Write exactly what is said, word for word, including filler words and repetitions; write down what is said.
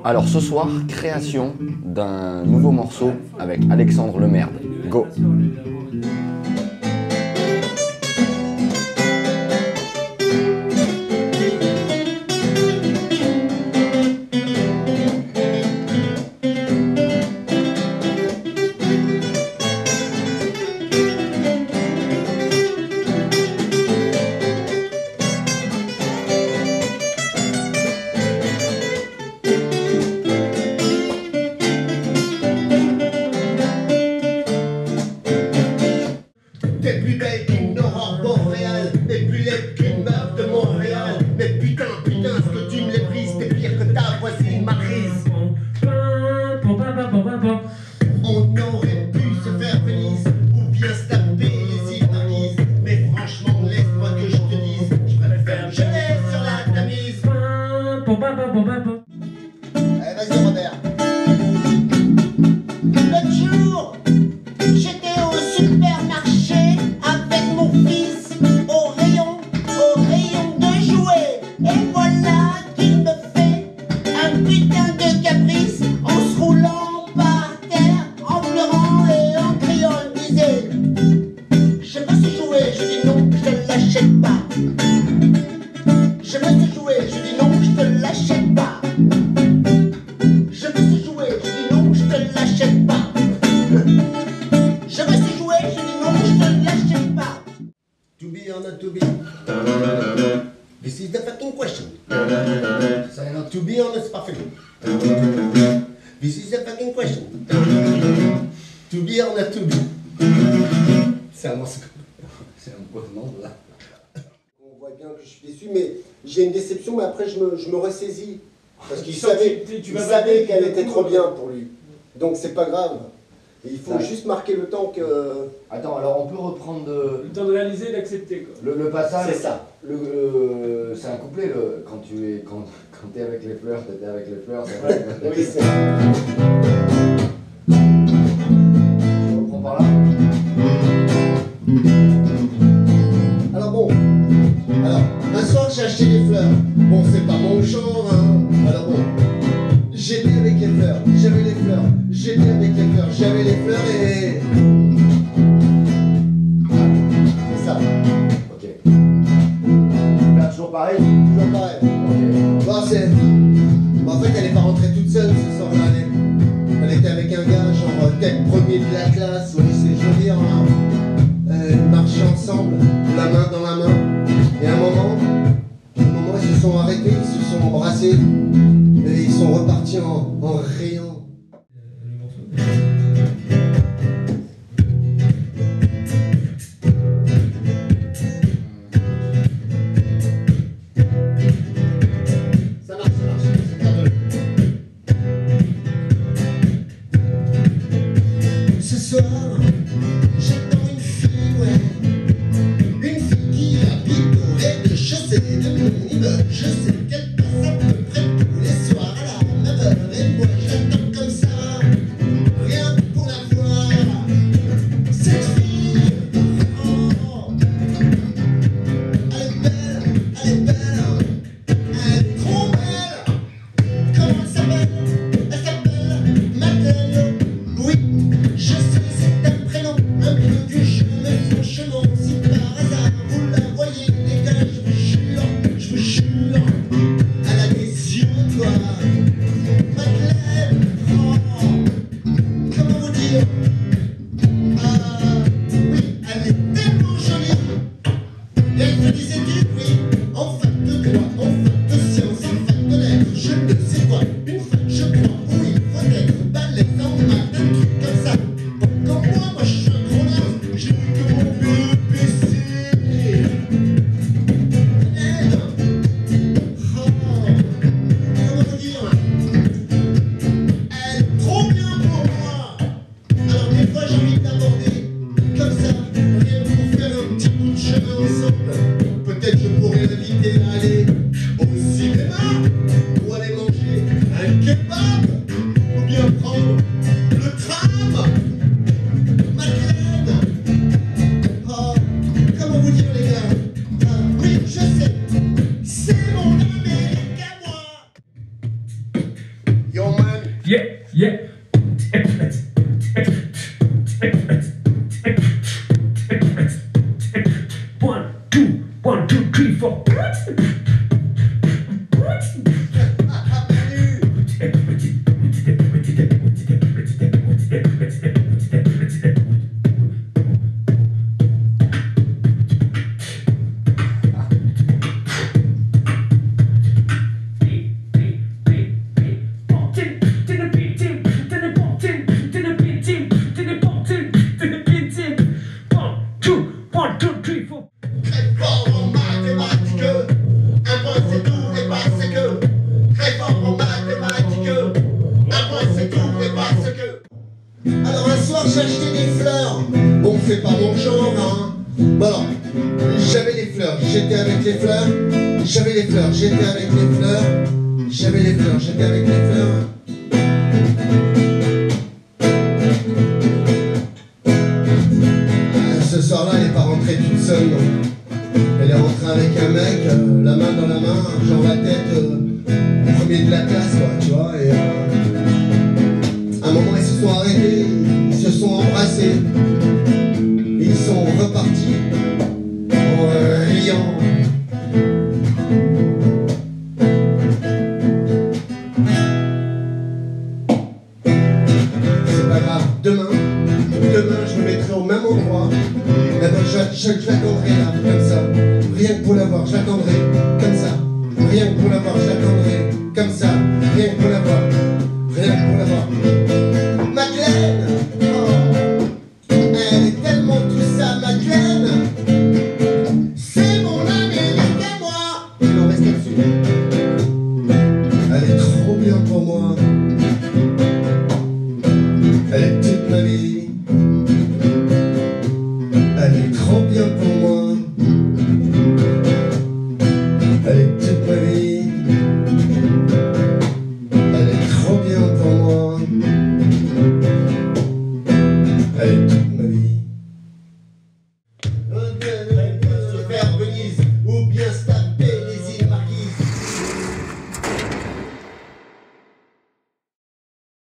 Alors ce soir, création d'un nouveau morceau avec Alexandre Lemerde. Go! T'es plus belle qu'une aurore boréale, t'es plus laide qu'une meuf de Montréal. Mais putain, putain, ce que tu me les brises, t'es pire que ta voisine Maryse. On aurait pu se faire Venise, ou bien se taper les îles Marquises. Mais franchement, laisse-moi que je te dise, je préfère me jeter sur la Tamise. Allez, vas-y Robert. L'autre jour, j'étais au supermarché avec mon fils au rayon, au rayon de jouets. Et voilà qu'il me fait un putain de caprice en se roulant par terre, en pleurant et en criant. Il me disait: je veux ce jouet. Je dis non, je te l'achète pas. Je veux ce jouet. Je dis non, je te l'achète pas. Je veux ce jouet. Je dis non, je te l'achète pas. Je veux ce jouet, je dis non, je te l'achète pas. To be or not to be? This is the fucking question. Say not to be or not, c'est pas fait. This is the fucking question. To be or not to be? C'est un morceau. C'est un poisson là. On voit bien que je suis déçu, mais j'ai une déception, mais après je me, je me ressaisis. Parce qu'il savait, il savait qu'elle était trop bien pour lui. Donc c'est pas grave. Et il faut ouais. juste marquer le temps que... Attends, alors on peut reprendre de... Le temps de réaliser et d'accepter, quoi. Le, le passage... C'est ça. Le, le, c'est un couplet, le, quand tu es quand, quand t'es avec les fleurs, t'étais avec les fleurs... Ouais. Oui, c'est... Je reprends par là. Alors bon, alors, un soir j'ai acheté des fleurs. Bon, c'est pas mon genre, hein. Alors bon, j'étais avec les fleurs, j'avais les fleurs, j'étais avec les fleurs, j'avais les fleurs et... C'est ça. Ok. Là, toujours pareil? Toujours pareil. Ok. Bon, c'est... Bon, en fait, elle est pas rentrée toute seule ce soir-là. Elle... elle était avec un gars, genre tête premier de la classe, oui, c'est joli, hein. Euh, ils marchaient ensemble, la main dans la main. Et à un moment, à un moment, ils se sont arrêtés, ils se sont embrassés. Et ils sont repartis en, en riant. Ça marche, ça marche, c'est cartonné. Ce soir, j'attends une fille, ouais. Une fille qui habite au rez-de-chaussée de mon immeuble. Je sais qu'elle passe à peu près tous les soirs à la neuf heures. Et moi j'attends comme ça, rien que pour la voir. Cette fille, oh, elle est belle, elle est belle, elle est trop belle. Comment elle s'appelle? Elle s'appelle Madeleine. Oui, je sais, c'est un prénom un peu du jeu, mais franchement, si par hasard vous la voyez, les gars, je vous jure, je vous jure, elle a des yeux noirs. Madeleine, oh, comment vous dire? Ah, oui, elle est tellement jolie. Et elle fait des études, oui, en fac de droit, en fac de sciences, en fac de lettres, je ne sais quoi, une fac, je crois, où il faut être balèze en maths, un truc comme ça. Comme moi, moi je suis un gros naze, j'ai vu que mon B P C. Aide. Oh, comment vous dire? Elle est trop bien pour moi. Alors des fois j'ai envie d'aborder comme ça, rien que pour faire un petit bout de chemin ensemble. Peut-être je pourrais l'inviter à aller au cinéma, ou aller manger un kebab, ou bien prendre le tram. Madeleine, oh, comment vous dire les gars? Ah, oui, je sais, c'est mon Amérique à moi. Yo, yeah, yeah. One, two, one, two, three, four. Très fort en mathématiques, un point c'est tout et parce que. Très fort en mathématiques, un point c'est tout et parce que. Alors un soir j'ai acheté des fleurs, bon c'est pas mon genre hein. Bon alors, j'avais les fleurs, j'étais avec les fleurs, j'avais les fleurs, j'étais avec les fleurs, j'avais les fleurs, j'étais avec les fleurs. Ah, ce soir-là elle n'est pas rentrée toute seule non. Elle est rentrée avec un mec, euh, la main dans la main, genre la tête, euh, premier de la classe, quoi, tu vois. Et euh, à un moment, ils se sont arrêtés, ils se sont embrassés, et ils sont repartis en euh, riant. C'est pas grave, demain, demain, je me mettrai au même endroit. Eh ben, je, je, je l'attendrai là, comme ça. Rien que pour la voir, je l'attendrai comme ça. Rien que pour la voir, je l'attendrai comme ça. Rien que pour la voir, rien que pour la voir. Madeleine, oh, elle est tellement tout ça, Madeleine. C'est mon Amérique à moi. Non, reste là-dessus. Elle est trop bien pour moi. Elle est toute ma vie. Elle est trop bien pour moi.